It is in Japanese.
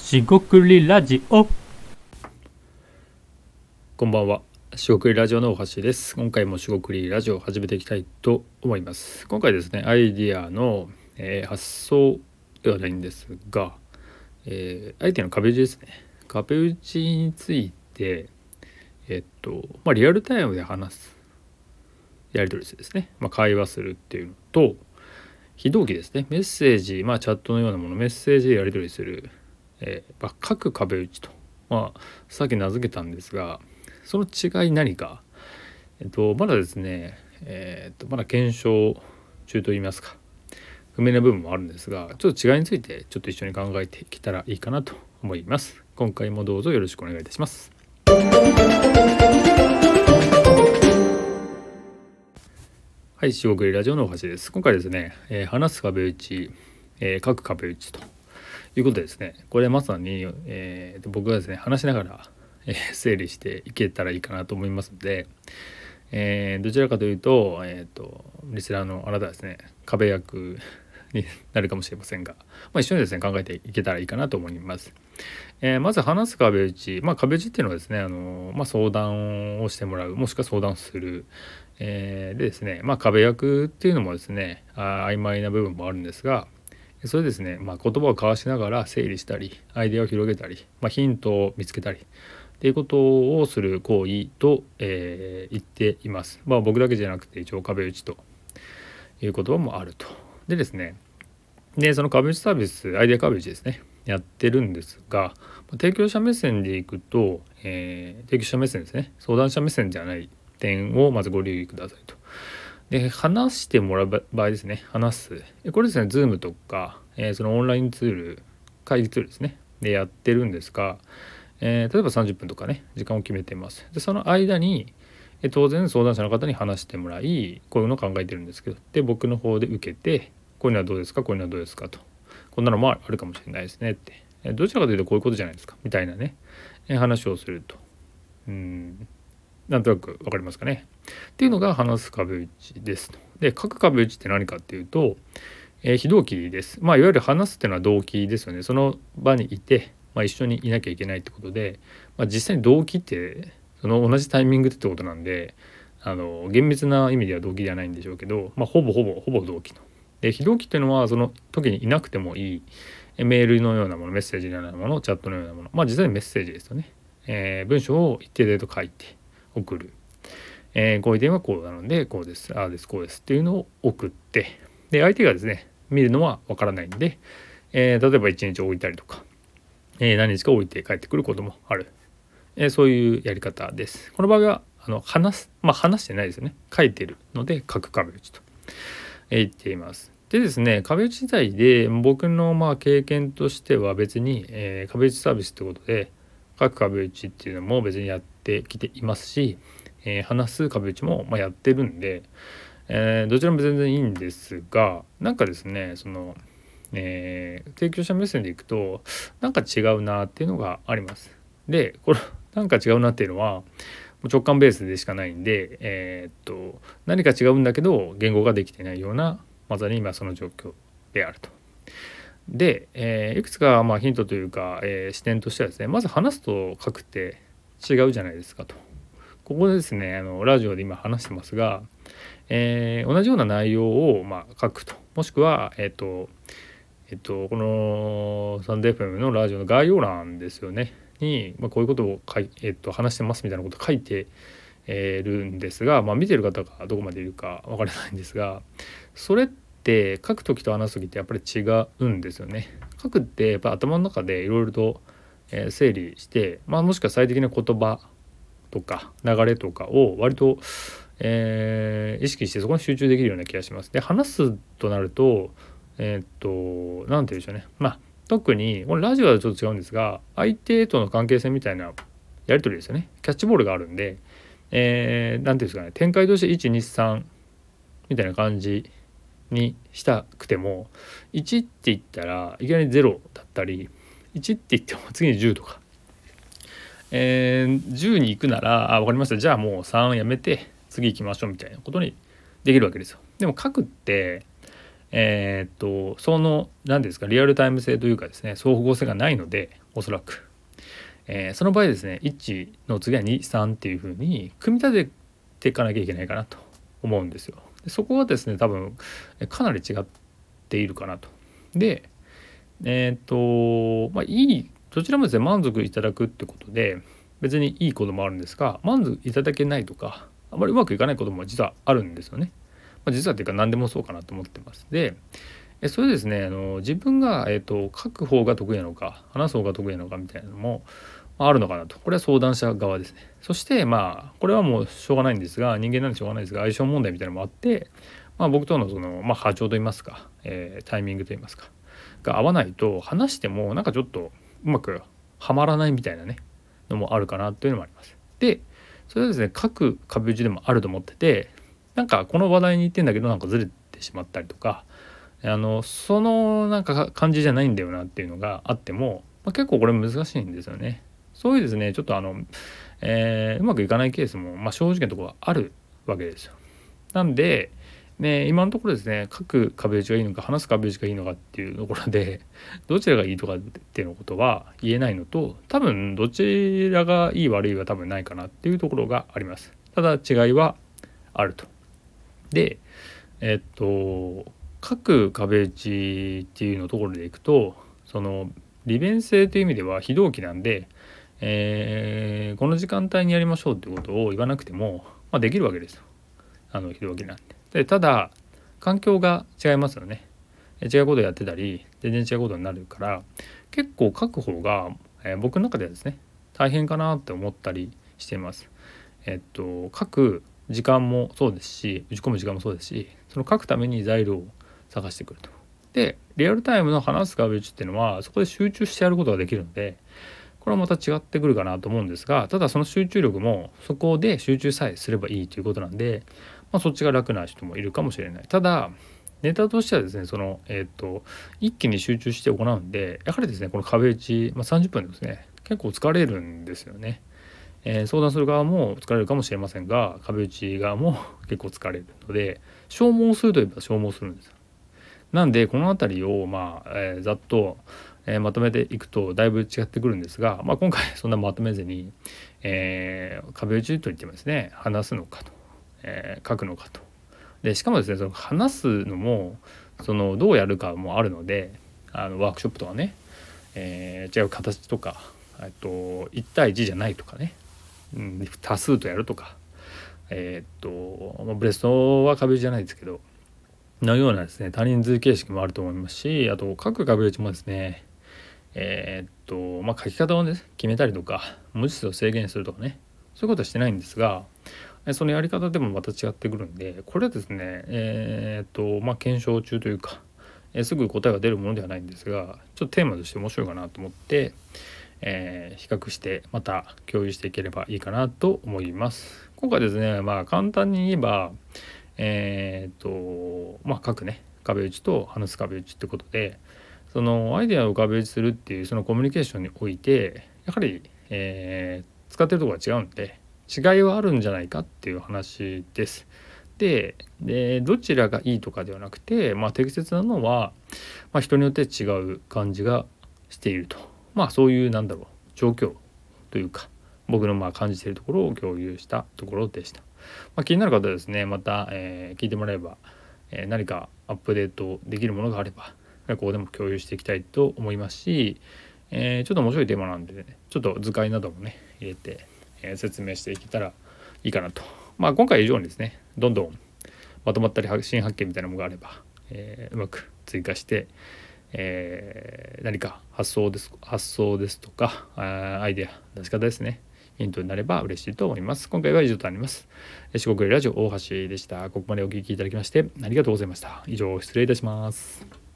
しごくりラジオ。 こんばんは。しごくりラジオの大橋です。今回もしごくりラジオを始めていきたいと思います。今回ですね、アイディアの、発想ではないんですが、アイディアの壁打ちですね。壁打ちについて、リアルタイムで話すやり取りですね。会話するっていうのと、非同期ですね。メッセージ、チャットのようなもの、メッセージでやり取りする、各壁打ちと、さっき名付けたんですが、その違い何か、まだですね、まだ検証中といいますか、不明な部分もあるんですが、ちょっと違いについてちょっと一緒に考えていけたらいいかなと思います。今回もどうぞよろしくお願いいたします。はい、しごくりラジオの大橋です。今回ですね、話す壁打ち、書く壁打ちということでですね、これまさに、僕がですね話しながら、整理していけたらいいかなと思いますので、どちらかというと、リスナーのあなたはですね壁役になるかもしれませんが、一緒にですね考えていけたらいいかなと思います。まず話す壁打ち、壁打ちっていうのはですね相談をしてもらう、もしくは相談する、でですね壁役っていうのもですね曖昧な部分もあるんですが、それですね、言葉を交わしながら整理したりアイデアを広げたり、ヒントを見つけたりっていうことをする行為と、言っています。僕だけじゃなくて一応壁打ちという言葉もあると。でですね、その壁打ちサービス、アイデア壁打ちですね、やってるんですが、提供者目線でいくと、提供者目線ですね、相談者目線じゃない点をまずご留意くださいと。で、話してもらう場合ですね、話す。これですね、Zoom とか、そのオンラインツール、会議ツールですね、でやってるんですが、例えば30分とかね、時間を決めています。で、その間に、当然相談者の方に話してもらい、こういうのを考えてるんですけど、で、僕の方で受けて、こういうのはどうですか、こういうのはどうですかと。こんなのもあるかもしれないですねって。どちらかというとこういうことじゃないですか、みたいなね、話をすると。なんとなく分かりますかね。っていうのが話す壁打ちですと。で、書く壁打ちって何かっていうと、非同期です。いわゆる話すっていうのは動機ですよね。その場にいて、一緒にいなきゃいけないってことで、実際に動機ってその同じタイミングでってことなんで、厳密な意味では動機ではないんでしょうけど、ほぼ動機と。で、非同期っていうのはその時にいなくてもいいメールのようなもの、メッセージのようなもの、チャットのようなもの、実際にメッセージですよね。文章を一定程度書いて送る。ご意見はこうなのでこうです、ああです、こうですっていうのを送って、で相手がですね見るのはわからないんで、例えば1日置いたりとか、何日か置いて帰ってくることもある、そういうやり方です。この場合は話してないですよね。書いてるので書く壁打ちと、言っています。でですね、壁打ち自体で僕の経験としては別に、壁打ちサービスってことで書く壁打ちっていうのも別にやってきていますし、話す壁打ちもやってるんで、どちらも全然いいんですが、なんかですねその、提供者目線でいくとなんか違うなっていうのがあります。で、これなんか違うなっていうのは直感ベースでしかないんで、何か違うんだけど言語ができていないような、まさに今その状況であると。で、いくつかヒントというか、視点としてはですね、まず話すと書くって違うじゃないですかと。ここでですねラジオで今話してますが、同じような内容を書くと、もしくはこのサンデー FM のラジオの概要欄ですよねに、こういうことを話してますみたいなことを書いてるんですが、見てる方がどこまでいるか分からないんですが、それって書く時と話す時ってやっぱり違うんですよね。書くってやっぱ頭の中でいろいろと整理して、もしくは最適な言葉とか流れとかを割と、意識してそこに集中できるような気がします。で、話すとなるとなんて言うんでしょうね、特にこれラジオはちょっと違うんですが、相手との関係性みたいなやり取りですよね。キャッチボールがあるんで、なんていうんですかね、展開として123みたいな感じにしたくても、1って言ったらいきなり0だったり、1って言っても次に10とか、10に行くなら分かりました、じゃあもう3やめて次行きましょうみたいなことにできるわけですよ。でも書くってその何ですか、リアルタイム性というかですね、相互性がないので、 おそらく。その場合ですね、1の次は2、3っていう風に組み立てていかなきゃいけないかなと思うんですよ。でそこはですね多分かなり違っているかなと。でいいどちらもですね満足いただくってことで別にいいこともあるんですが、満足いただけないとかあまりうまくいかないことも実はあるんですよね。実はっていうか何でもそうかなと思ってます。でそれですね自分が、書く方が得意なのか話す方が得意なのかみたいなのもあるのかなと。これは相談者側ですね。そしてこれはもうしょうがないんですが、人間なんでしょうがないですが相性問題みたいなのもあって、僕との波長といいますか、タイミングといいますかが合わないと話してもなんかちょっとうまくはまらないみたいなねのもあるかなというのもあります。でそれはですね各壁打ちでもあると思ってて、なんかこの話題に言ってんだけどなんかずれてしまったりとかそのなんか感じじゃないんだよなっていうのがあっても、結構これ難しいんですよね。そういうですねちょっとうまくいかないケースも、正直なところはあるわけですよ。なんで、今のところですね書く壁打ちがいいのか話す壁打ちがいいのかっていうところでどちらがいいとかっていうのことは言えないのと、多分どちらがいい悪いは多分ないかなっていうところがあります。ただ違いはあると。で各壁打ちっていうのところでいくとその利便性という意味では非同期なんで、この時間帯にやりましょうってことを言わなくても、できるわけですよ。非同期なんで。でただ環境が違いますよね。違うことやってたり全然違うことになるから結構書く方が、僕の中ではですね大変かなって思ったりしています。書く時間もそうですし打ち込む時間もそうですし、その書くために材料を探してくると。でリアルタイムの話す壁打ちっていうのはそこで集中してやることができるので、これはまた違ってくるかなと思うんですが、ただその集中力もそこで集中さえすればいいということなんで、そっちが楽な人もいるかもしれない。ただネタとしてはですね一気に集中して行うんで、やはりですねこの壁打ち、30分でですね結構疲れるんですよね。相談する側も疲れるかもしれませんが壁打ち側も結構疲れるので消耗するといえば消耗するんですよ。なんでこの辺りをざっとまとめていくとだいぶ違ってくるんですが、今回そんなまとめずに、壁打ちといってもですね話すのかと、書くのかと。でしかもですねその話すのもどうやるかもあるのでワークショップとかね、違う形とか1対1じゃないとかね、多数とやるとかブレストは壁打ちじゃないですけどのようなですね多人数形式もあると思いますし、あと各壁打ちもですね書き方をね決めたりとか文字数を制限するとかね、そういうことはしてないんですが、そのやり方でもまた違ってくるんで、これはですね検証中というか、すぐ答えが出るものではないんですが、ちょっとテーマとして面白いかなと思って、比較してまた共有していければいいかなと思います。今回ですね簡単に言えば書くね壁打ちと話す壁打ちってことで、そのアイデアを壁打ちするっていうそのコミュニケーションにおいてやはり、使ってるところが違うんで違いはあるんじゃないかっていう話です。でどちらがいいとかではなくて、適切なのは、人によって違う感じがしていると、そういう状況というか僕の感じているところを共有したところでした。気になる方はですねまた、聞いてもらえば、何かアップデートできるものがあればここでも共有していきたいと思いますし、ちょっと面白いテーマなんで、ね、ちょっと図解などもね入れて、説明していけたらいいかなと。今回以上にですねどんどんまとまったり新発見みたいなものがあれば、うまく追加して、何か発想ですとかアイデア出し方ですねヒントになれば嬉しいと思います。今回は以上となります。四国ラジオ大橋でした。ここまでお聞きいただきましてありがとうございました。以上失礼いたします。